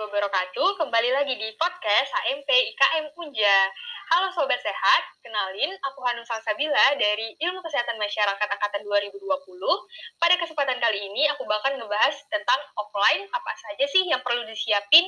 wabarakatuh. Kembali lagi di podcast HMP IKM Unja. Halo Sobat Sehat, kenalin aku Hanum Salsabila dari Ilmu Kesehatan Masyarakat Angkatan 2020. Pada kesempatan kali ini aku bakal ngebahas tentang offline, apa saja sih yang perlu disiapin.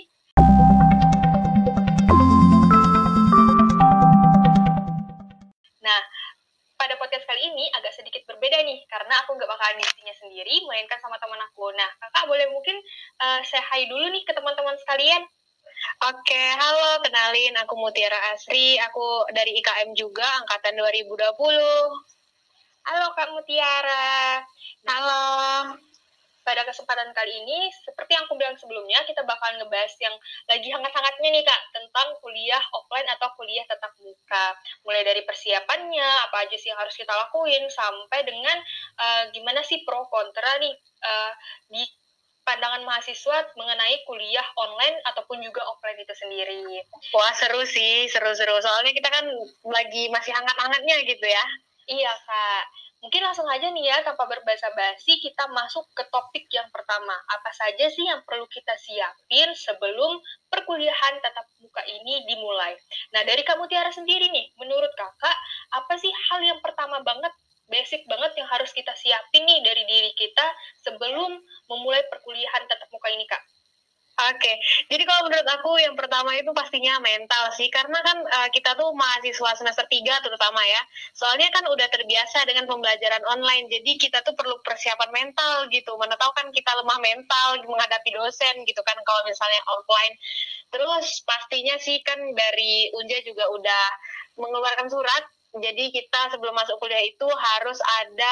Nah, pada podcast kali ini agak sedikit berbeda nih, karena aku nggak bakalan ngisinya sendiri, melainkan sama teman aku. Nah, kakak boleh mungkin say hi dulu nih ke teman-teman sekalian. Oke, halo, kenalin aku Mutiara Asri, aku dari IKM juga, angkatan 2020. Halo Kak Mutiara. Halo. Pada kesempatan kali ini, seperti yang aku bilang sebelumnya, kita bakal ngebahas yang lagi hangat-hangatnya nih Kak, tentang kuliah offline atau kuliah tatap muka. Mulai dari persiapannya, apa aja sih yang harus kita lakuin, sampai dengan gimana sih pro kontra nih di pandangan mahasiswa mengenai kuliah online ataupun juga offline itu sendiri. Wah, seru sih, seru-seru. Soalnya kita kan lagi masih hangat-hangatnya gitu ya. Iya Kak. Mungkin langsung aja nih ya, tanpa berbasa-basi, kita masuk ke topik yang pertama. Apa saja sih yang perlu kita siapin sebelum perkuliahan tatap muka ini dimulai? Nah, dari Kak Mutiara sendiri nih, menurut kakak, apa sih hal yang pertama banget, basic banget yang harus kita siapin nih dari diri kita sebelum memulai perkuliahan tatap muka ini, Kak? Oke, jadi kalau menurut aku yang pertama itu pastinya mental sih, karena kan kita tuh mahasiswa semester 3 terutama ya, soalnya kan udah terbiasa dengan pembelajaran online, jadi kita tuh perlu persiapan mental gitu, mana tahu kan kita lemah mental menghadapi dosen gitu kan kalau misalnya offline. Terus pastinya sih kan dari Unja juga udah mengeluarkan surat, jadi kita sebelum masuk kuliah itu harus ada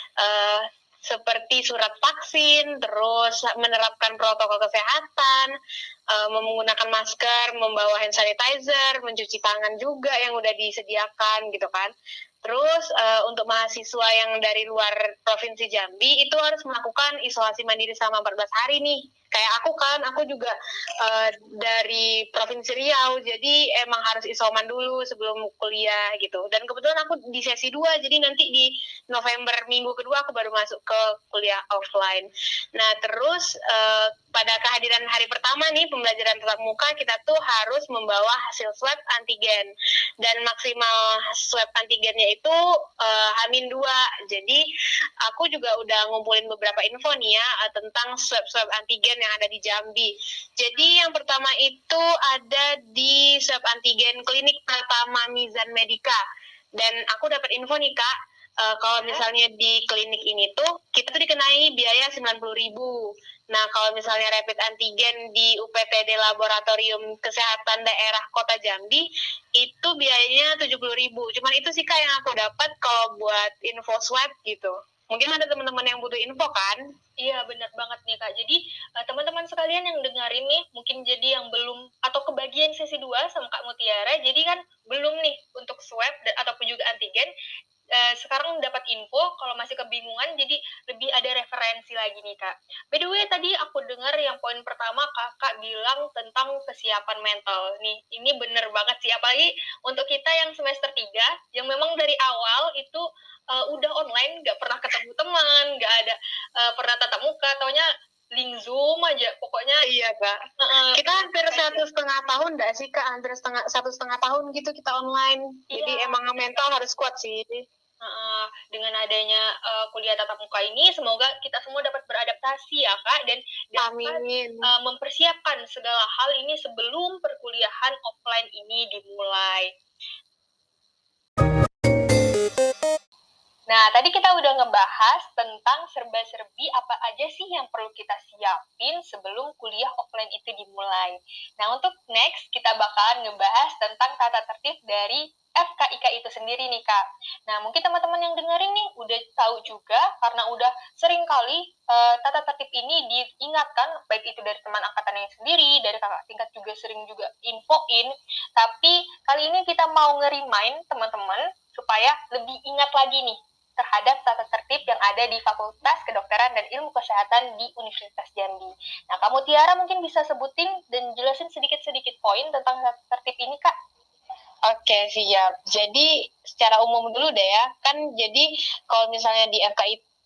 seperti surat vaksin, terus menerapkan protokol kesehatan, menggunakan masker, membawa hand sanitizer, mencuci tangan juga yang udah disediakan gitu kan. Terus untuk mahasiswa yang dari luar Provinsi Jambi itu harus melakukan isolasi mandiri selama 14 hari nih. Kayak aku juga dari Provinsi Riau, jadi emang harus isoman dulu sebelum kuliah gitu. Dan kebetulan aku di sesi 2, jadi nanti di November minggu kedua aku baru masuk ke kuliah offline. Nah terus pada kehadiran hari pertama nih pembelajaran tatap muka, kita tuh harus membawa hasil swab antigen. Dan maksimal swab antigennya itu H-2. Jadi aku juga udah ngumpulin beberapa info nih ya tentang swab antigen yang ada di Jambi. Jadi yang pertama itu ada di swab antigen klinik Pratama Mizan Medika. Dan aku dapat info nih Kak, kalau misalnya di klinik ini tuh kita tuh dikenai biaya 90.000. Nah, kalau misalnya rapid antigen di UPTD Laboratorium Kesehatan Daerah Kota Jambi itu biayanya 70.000. Cuman itu sih Kak yang aku dapat kalau buat info swab gitu. Mungkin ada teman-teman yang butuh info kan? Iya, benar banget nih Kak. Jadi teman-teman sekalian yang dengerin nih, mungkin jadi yang belum atau kebagian sesi 2 sama Kak Mutiara, jadi kan belum nih untuk swab ataupun juga antigen. Sekarang dapat info, kalau masih kebingungan jadi lebih ada referensi lagi nih Kak. By the way, tadi aku dengar yang poin pertama Kakak bilang tentang kesiapan mental. Nih, ini bener banget sih, apalagi untuk kita yang semester 3, yang memang dari awal itu udah online, nggak pernah ketemu teman, nggak ada pernah tatap muka, taunya link Zoom aja, pokoknya. Iya Kak. Kita hampir 1,5 tahun nggak sih Kak? Hampir 1,5 tahun gitu kita online. Jadi emang mental harus kuat sih. Dengan adanya kuliah tatap muka ini, semoga kita semua dapat beradaptasi ya Kak, dan dapat mempersiapkan segala hal ini sebelum perkuliahan offline ini dimulai. Nah, tadi kita udah ngebahas tentang serba-serbi apa aja sih yang perlu kita siapin sebelum kuliah offline itu dimulai. Nah, untuk next, kita bakalan ngebahas tentang tata tertib dari FKIK itu sendiri nih, Kak. Nah, mungkin teman-teman yang dengerin nih udah tahu juga, karena udah sering kali tata tertib ini diingatkan, baik itu dari teman angkatannya sendiri, dari kakak tingkat juga sering juga infoin, tapi kali ini kita mau nge-remind teman-teman supaya lebih ingat lagi nih terhadap tata tertib yang ada di Fakultas Kedokteran dan Ilmu Kesehatan di Universitas Jambi. Nah, Kak Mutiara mungkin bisa sebutin dan jelasin sedikit-sedikit poin tentang tata tertib ini, Kak. Oke, siap. Jadi secara umum dulu deh ya, kan jadi kalau misalnya di FKIP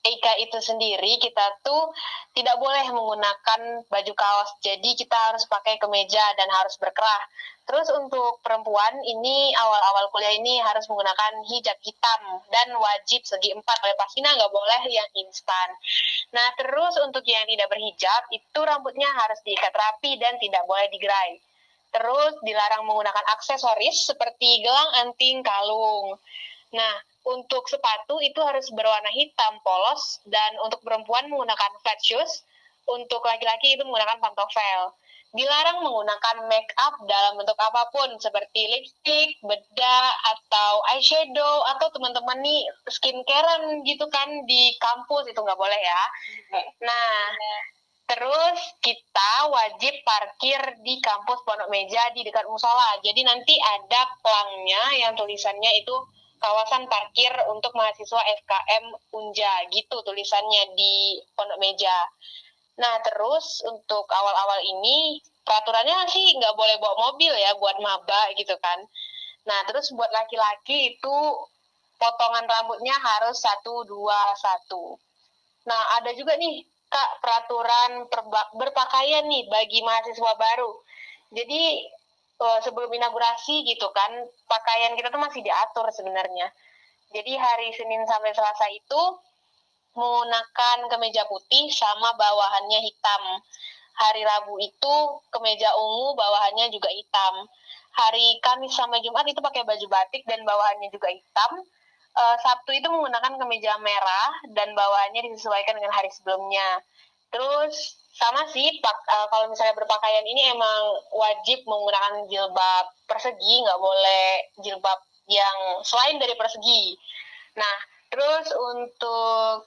Ika itu sendiri kita tuh tidak boleh menggunakan baju kaos, jadi kita harus pakai kemeja dan harus berkerah. Terus untuk perempuan ini awal-awal kuliah ini harus menggunakan hijab hitam dan wajib segi 4 oleh Pasina, nggak boleh yang instan. Nah terus untuk yang tidak berhijab itu rambutnya harus diikat rapi dan tidak boleh digerai. Terus dilarang menggunakan aksesoris seperti gelang, anting, kalung. Nah, untuk sepatu itu harus berwarna hitam polos dan untuk perempuan menggunakan flat shoes, untuk laki-laki itu menggunakan pantofel. Dilarang menggunakan make up dalam bentuk apapun seperti lipstick, bedak, atau eyeshadow, atau teman-teman nih skincarean gitu kan di kampus, itu nggak boleh ya. Nah, terus kita wajib parkir di kampus Pondok Meja di dekat musola. Jadi nanti ada pelangnya yang tulisannya itu kawasan parkir untuk mahasiswa FKM Unja, gitu tulisannya di Pondok Meja. Nah terus untuk awal-awal ini peraturannya sih nggak boleh bawa mobil ya buat maba gitu kan. Nah terus buat laki-laki itu potongan rambutnya harus 1, 2, 1. Nah, ada juga nih, Kak, peraturan berpakaian nih bagi mahasiswa baru. Jadi, sebelum inaugurasi gitu kan, pakaian kita tuh masih diatur sebenarnya. Jadi, hari Senin sampai Selasa itu menggunakan kemeja putih sama bawahannya hitam. Hari Rabu itu kemeja ungu, bawahannya juga hitam. Hari Kamis sampai Jumat itu pakai baju batik dan bawahannya juga hitam. Sabtu itu menggunakan kemeja merah dan bawahannya disesuaikan dengan hari sebelumnya. Terus sama sih, kalau misalnya berpakaian ini emang wajib menggunakan jilbab persegi, nggak boleh jilbab yang selain dari persegi. Nah, terus untuk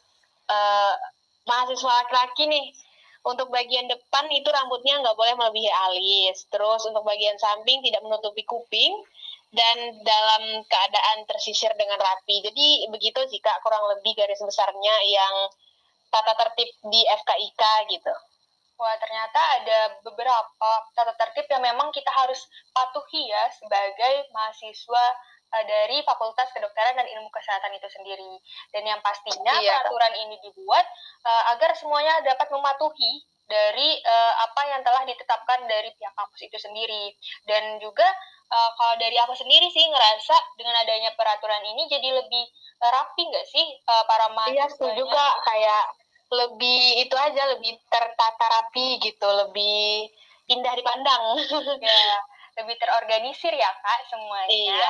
mahasiswa laki-laki nih, untuk bagian depan itu rambutnya nggak boleh melebihi alis. Terus untuk bagian samping tidak menutupi kuping dan dalam keadaan tersisir dengan rapi. Jadi begitu sih Kak, kurang lebih garis besarnya yang tata tertib di FKIK gitu. Wah, ternyata ada beberapa tata tertib yang memang kita harus patuhi ya sebagai mahasiswa dari Fakultas Kedokteran dan Ilmu Kesehatan itu sendiri. Dan yang pastinya peraturan ini dibuat agar semuanya dapat mematuhi dari apa yang telah ditetapkan dari pihak kampus itu sendiri. Dan juga kalau dari aku sendiri sih ngerasa dengan adanya peraturan ini jadi lebih rapi nggak sih para mahasiswa? Iya, setuju Kak. Kayak lebih itu aja, lebih tertata rapi gitu, lebih indah dipandang. Ya, lebih terorganisir ya Kak semuanya. Iya.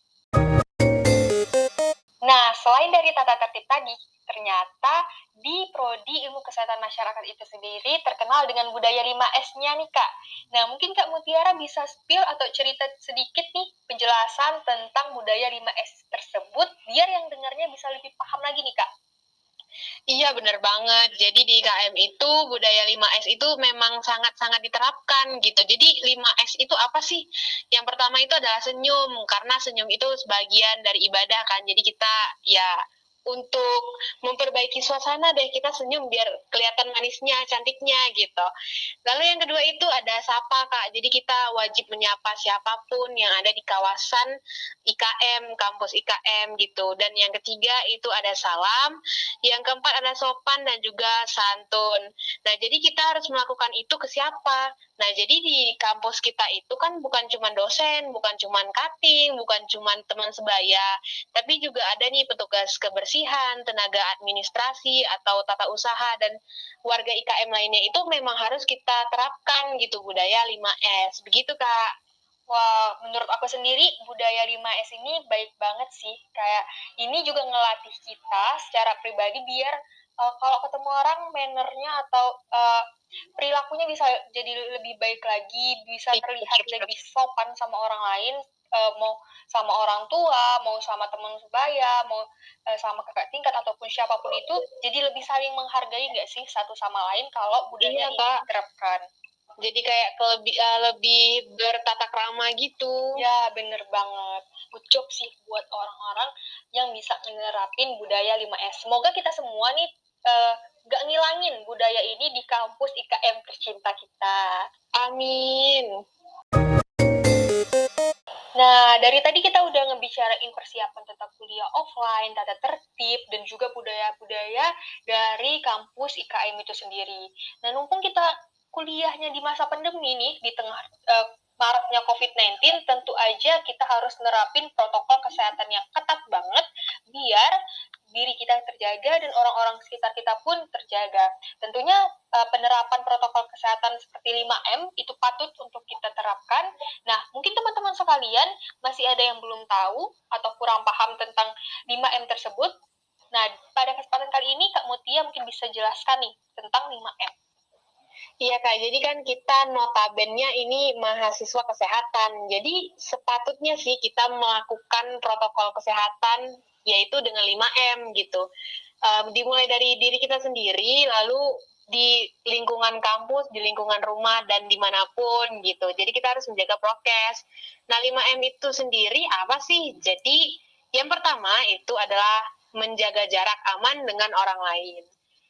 Nah, selain dari tata tertib tadi, ternyata di Prodi Ilmu Kesehatan Masyarakat itu sendiri terkenal dengan budaya 5S-nya nih Kak. Nah, mungkin Kak Mutiara bisa spill atau cerita sedikit nih penjelasan tentang budaya 5S tersebut biar yang dengarnya bisa lebih paham lagi nih Kak. Iya benar banget. Jadi di IKM itu budaya 5S itu memang sangat-sangat diterapkan gitu. Jadi 5S itu apa sih? Yang pertama itu adalah senyum, karena senyum itu sebagian dari ibadah kan. Jadi kita ya untuk memperbaiki suasana deh kita senyum biar kelihatan manisnya, cantiknya gitu. Lalu yang kedua itu ada sapa Kak. Jadi kita wajib menyapa siapapun yang ada di kawasan IKM, kampus IKM gitu. Dan yang ketiga itu ada salam. Yang keempat ada sopan dan juga santun. Nah, jadi kita harus melakukan itu ke siapa? Nah, jadi di kampus kita itu kan bukan cuma dosen, bukan cuma cutting, bukan cuma teman sebaya, tapi juga ada nih petugas kebersihan, tenaga administrasi, atau tata usaha, dan warga IKM lainnya itu memang harus kita terapkan gitu budaya 5S. Begitu, Kak. Wah, menurut aku sendiri budaya 5S ini baik banget sih. Kayak ini juga ngelatih kita secara pribadi biar kalau ketemu orang mannernya atau perilakunya bisa jadi lebih baik lagi, bisa terlihat lebih sopan sama orang lain, mau sama orang tua, mau sama teman sebaya, mau sama kakak tingkat ataupun siapapun itu, jadi lebih saling menghargai nggak sih satu sama lain kalau budaya ini diterapkan. Jadi kayak lebih bertata krama gitu. Ya, bener banget. Good job sih buat orang-orang yang bisa menerapin budaya 5S. Semoga kita semua nih gak ngilangin budaya ini di kampus IKM tercinta kita. Amin. Nah, dari tadi kita udah ngebicarain persiapan tentang kuliah offline, tata tertib, dan juga budaya-budaya dari kampus IKM itu sendiri. Nah, mumpung kita kuliahnya di masa pandemi nih, di tengah maraknya COVID-19, tentu aja kita harus nerapin protokol kesehatan yang ketat banget, biar diri kita terjaga dan orang-orang sekitar kita pun terjaga. Tentunya penerapan protokol kesehatan seperti 5M itu patut untuk kita terapkan. Nah, mungkin teman-teman sekalian masih ada yang belum tahu atau kurang paham tentang 5M tersebut. Nah, pada kesempatan kali ini Kak Mutia mungkin bisa jelaskan nih tentang 5M. Iya Kak, jadi kan kita notabennya ini mahasiswa kesehatan. Jadi sepatutnya sih kita melakukan protokol kesehatan yaitu dengan 5M gitu. Dimulai dari diri kita sendiri, lalu di lingkungan kampus, di lingkungan rumah, dan dimanapun gitu. Jadi kita harus menjaga prokes. Nah 5M itu sendiri apa sih? Jadi yang pertama itu adalah menjaga jarak aman dengan orang lain.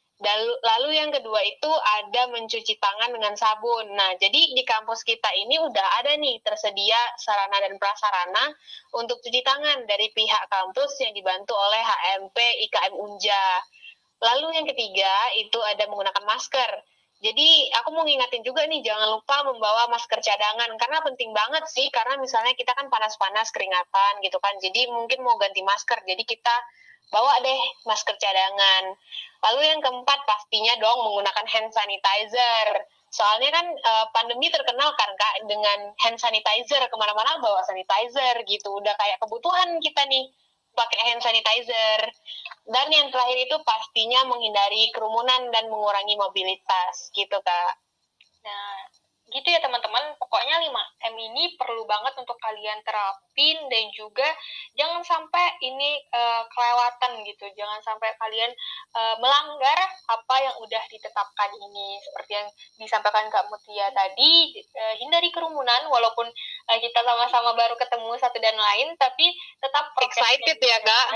Lalu yang kedua itu ada mencuci tangan dengan sabun. Nah, jadi di kampus kita ini udah ada nih tersedia sarana dan prasarana untuk cuci tangan dari pihak kampus yang dibantu oleh HMP IKM Unja. Lalu yang ketiga itu ada menggunakan masker. Jadi aku mau ngingatin juga nih, jangan lupa membawa masker cadangan, karena penting banget sih, karena misalnya kita kan panas-panas, keringatan gitu kan, jadi mungkin mau ganti masker, jadi kita bawa deh masker cadangan. Lalu yang keempat pastinya dong menggunakan hand sanitizer. Soalnya kan pandemi terkenal kan Kak dengan hand sanitizer, kemana-mana bawa sanitizer gitu, udah kayak kebutuhan kita nih pakai hand sanitizer. Dan yang terakhir itu pastinya menghindari kerumunan dan mengurangi mobilitas gitu Kak. Nah, gitu ya teman-teman. Pokoknya 5M ini perlu banget untuk kalian terapin dan juga jangan sampai ini kelewatan gitu. Jangan sampai kalian melanggar apa yang udah ditetapkan ini. Seperti yang disampaikan Kak Mutia tadi, hindari kerumunan walaupun kita sama-sama baru ketemu satu dan lain, tapi tetap excited ya Kak.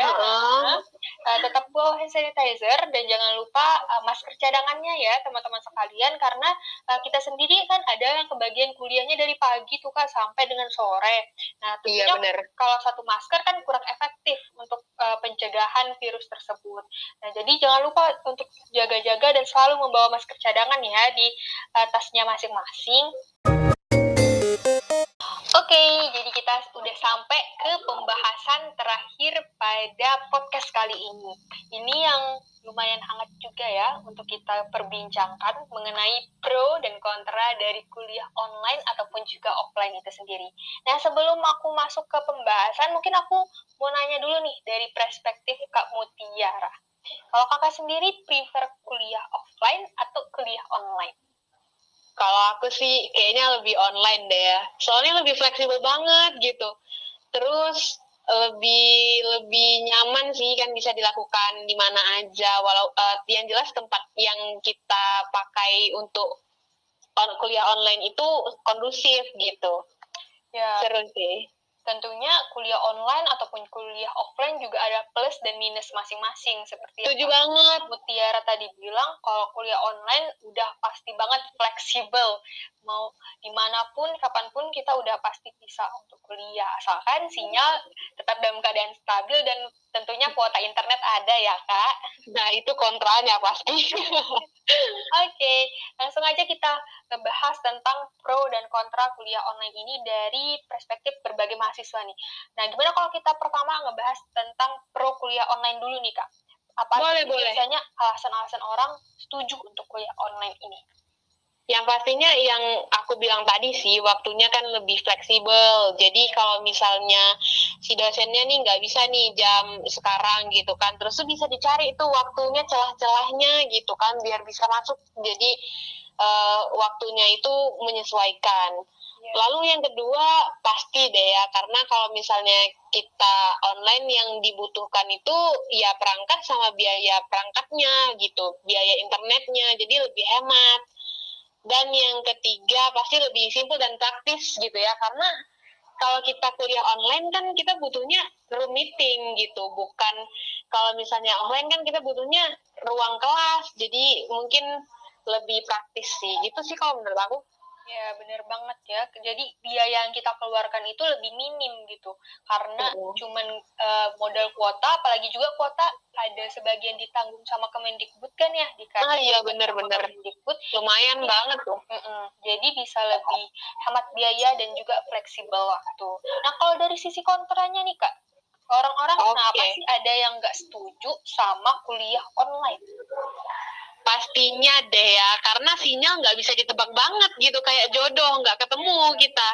Tetap bawa hand sanitizer dan jangan lupa masker cadangannya ya teman-teman sekalian, karena kita sendiri kan ada yang kebagian kuliahnya dari pagi tuh Kak sampai dengan sore. Nah, tentunya kalau satu masker kan kurang efektif untuk pencegahan virus tersebut. Nah, jadi jangan lupa untuk jaga-jaga dan selalu membawa masker cadangan ya di tasnya masing-masing. Oke, jadi kita udah sampai ke pembahasan terakhir pada podcast kali ini. Ini yang lumayan hangat juga ya untuk kita perbincangkan mengenai pro dan kontra dari kuliah online ataupun juga offline itu sendiri. Nah, sebelum aku masuk ke pembahasan, mungkin aku mau nanya dulu nih dari perspektif Kak Mutiara. Kalau kakak sendiri prefer kuliah offline atau kuliah online? Kalau aku sih kayaknya lebih online deh ya. Soalnya lebih fleksibel banget gitu. Terus lebih nyaman sih, kan bisa dilakukan di mana aja. Walau yang jelas tempat yang kita pakai untuk kuliah online itu kondusif gitu. Ya. Seru sih. Tentunya kuliah online ataupun kuliah offline juga ada plus dan minus masing-masing. Seperti Setuju banget. Mutiara tadi bilang, kalau kuliah online udah pasti banget fleksibel. Mau dimanapun, kapanpun kita udah pasti bisa untuk kuliah. Asalkan sinyal tetap dalam keadaan stabil dan tentunya kuota internet ada ya Kak. Nah itu kontranya pasti. Oke, langsung aja kita ngebahas tentang pro dan kontra kuliah online ini dari perspektif berbagai mahasiswa nih. Nah, gimana kalau kita pertama ngebahas tentang pro kuliah online dulu nih, Kak? Apa boleh. biasanya alasan-alasan orang setuju untuk kuliah online ini? Yang pastinya yang aku bilang tadi sih, waktunya kan lebih fleksibel. Jadi kalau misalnya si dosennya nih nggak bisa nih jam sekarang gitu kan, terus tuh bisa dicari itu waktunya, celah-celahnya gitu kan, biar bisa masuk. Jadi waktunya itu menyesuaikan. Lalu yang kedua pasti deh ya, karena kalau misalnya kita online yang dibutuhkan itu ya perangkat sama biaya perangkatnya gitu, biaya internetnya, jadi lebih hemat. Dan yang ketiga pasti lebih simpel dan praktis gitu ya, karena kalau kita kuliah online kan kita butuhnya room meeting gitu, bukan kalau misalnya online kan kita butuhnya ruang kelas, jadi mungkin lebih praktis sih, gitu sih kalau menurut aku. Ya, bener banget ya. Jadi biaya yang kita keluarkan itu lebih minim gitu. Karena cuman modal kuota, apalagi juga kuota ada sebagian ditanggung sama Kemendikbud kan ya, iya bener-bener. Lumayan banget tuh. Jadi bisa lebih hemat biaya dan juga fleksibel waktu. Nah, kalau dari sisi kontranya nih Kak, orang-orang kenapa sih ada yang nggak setuju sama kuliah online? Pastinya deh ya, karena sinyal nggak bisa ditebak banget gitu, kayak jodoh, nggak ketemu kita.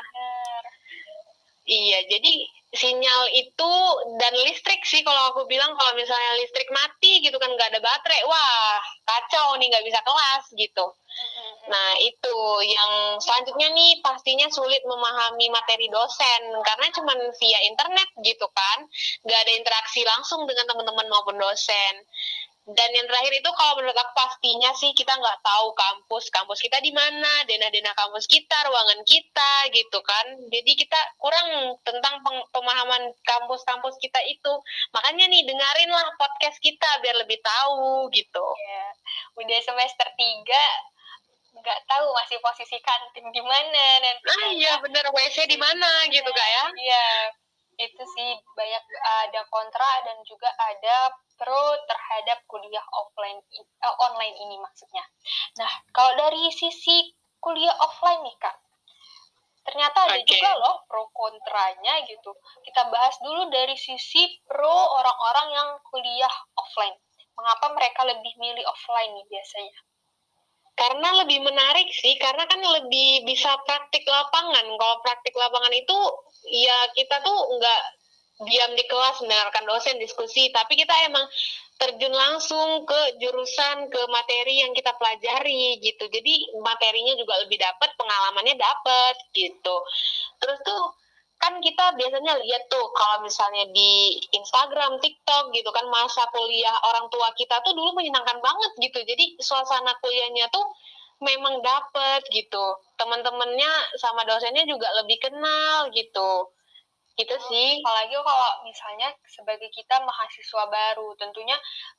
Iya, jadi sinyal itu dan listrik sih kalau aku bilang, kalau misalnya listrik mati gitu kan, nggak ada baterai, wah kacau nih, nggak bisa kelas gitu. Nah itu yang selanjutnya nih, pastinya sulit memahami materi dosen karena cuma via internet gitu kan, nggak ada interaksi langsung dengan teman-teman maupun dosen. Dan yang terakhir itu kalau menurut aku pastinya sih kita nggak tahu kampus kita di mana, denah-denah kampus kita, ruangan kita gitu kan. Jadi kita kurang tentang pemahaman kampus-kampus kita itu. Makanya nih dengerin lah podcast kita biar lebih tahu gitu. Ya, udah semester 3 nggak tahu masih posisi kantin di mana nanti. Iya bener, WC di mana gitu Kak ya. Iya, itu sih banyak ada kontra dan juga ada pro terhadap kuliah online ini maksudnya. Nah, kalau dari sisi kuliah offline nih Kak, ternyata ada juga loh pro kontranya gitu. Kita bahas dulu dari sisi pro orang-orang yang kuliah offline. Mengapa mereka lebih milih offline nih biasanya? Karena lebih menarik sih, karena kan lebih bisa praktik lapangan. Kalau praktik lapangan itu ya kita tuh nggak diam di kelas mendengarkan dosen diskusi, tapi kita emang terjun langsung ke jurusan, ke materi yang kita pelajari gitu. Jadi materinya juga lebih dapat, pengalamannya dapat gitu. Terus tuh kan kita biasanya lihat tuh kalau misalnya di Instagram, TikTok gitu kan, masa kuliah orang tua kita tuh dulu menyenangkan banget gitu. Jadi suasana kuliahnya tuh memang dapet gitu. Teman-temannya sama dosennya juga lebih kenal gitu. Gitu sih. Apalagi kalau misalnya sebagai kita mahasiswa baru, tentunya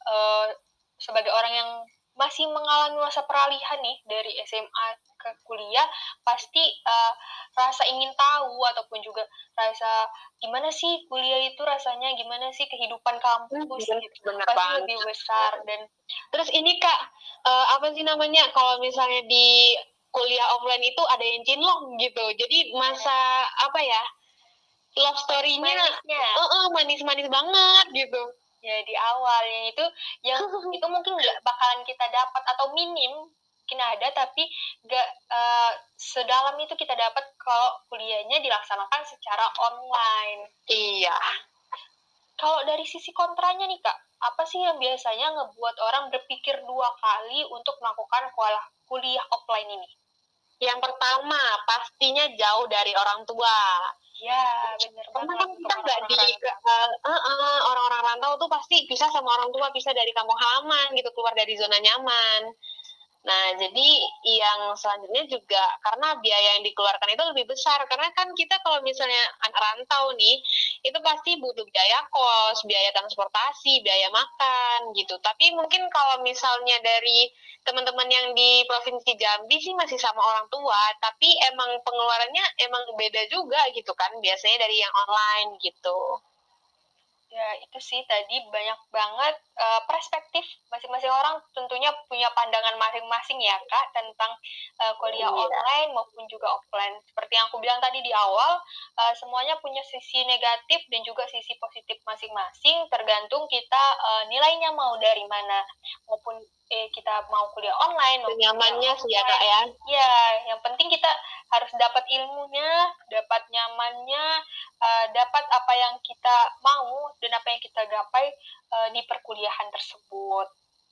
sebagai orang yang masih mengalami masa peralihan nih dari SMA ke kuliah, pasti rasa ingin tahu ataupun juga rasa gimana sih kuliah itu rasanya, gimana sih kehidupan kampus gitu, pasti lebih besar. Dan terus ini Kak, apa sih namanya, kalau misalnya di kuliah offline itu ada yang cinlok gitu, jadi masa apa ya, love story-nya manis-manis banget gitu. Ya di awal yang itu mungkin nggak bakalan kita dapat atau minim mungkin ada, tapi nggak sedalam itu kita dapat kalau kuliahnya dilaksanakan secara online. Iya. Kalau dari sisi kontranya nih Kak, apa sih yang biasanya ngebuat orang berpikir 2 kali untuk melakukan kuliah offline ini? Yang pertama, pastinya jauh dari orang tua. Ya, bener banget. Karena kan kita nggak di orang-orang rantau tuh pasti pisah sama orang tua, pisah dari kampung halaman gitu, keluar dari zona nyaman. Nah, jadi yang selanjutnya juga karena biaya yang dikeluarkan itu lebih besar. Karena kan kita kalau misalnya anak rantau nih, itu pasti butuh biaya kos, biaya transportasi, biaya makan gitu. Tapi mungkin kalau misalnya dari teman-teman yang di Provinsi Jambi sih masih sama orang tua, tapi emang pengeluarannya emang beda juga gitu kan, biasanya dari yang online gitu. Ya, itu sih tadi banyak banget perspektif masing-masing orang tentunya punya pandangan masing-masing ya Kak tentang kuliah online maupun juga offline. Seperti yang aku bilang tadi di awal, semuanya punya sisi negatif dan juga sisi positif masing-masing, tergantung kita nilainya mau dari mana, maupun kita mau kuliah online. Nyamannya sih ya Kak ya. Ya, yang penting kita harus dapat ilmunya, dapat nyamannya, dapat apa yang kita mau dan apa yang kita gapai di perkuliahan tersebut.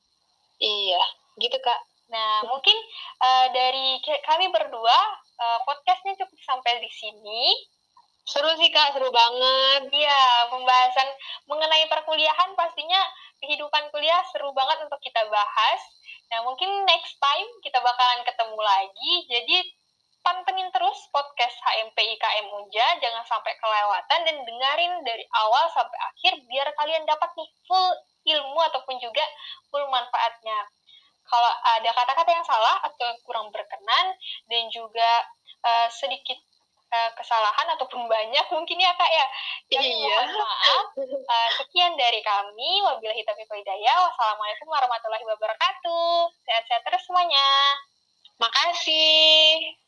Iya, gitu Kak. Nah, mungkin dari kami berdua, podcastnya cukup sampai di sini. Seru sih Kak, seru banget. Iya, pembahasan mengenai perkuliahan pastinya kehidupan kuliah seru banget untuk kita bahas. Nah, mungkin next time kita bakalan ketemu lagi. Jadi, pantengin terus podcast HMPI KM Unja, jangan sampai kelewatan dan dengerin dari awal sampai akhir biar kalian dapat nih full ilmu ataupun juga full manfaatnya. Kalau ada kata-kata yang salah atau kurang berkenan dan juga sedikit kesalahan ataupun banyak mungkin ya Kak ya. Kami mohon maaf. Sekian dari kami. Wabillahi taufiq wal hidayah. Wassalamualaikum warahmatullahi wabarakatuh. Sehat-sehat terus semuanya. Makasih.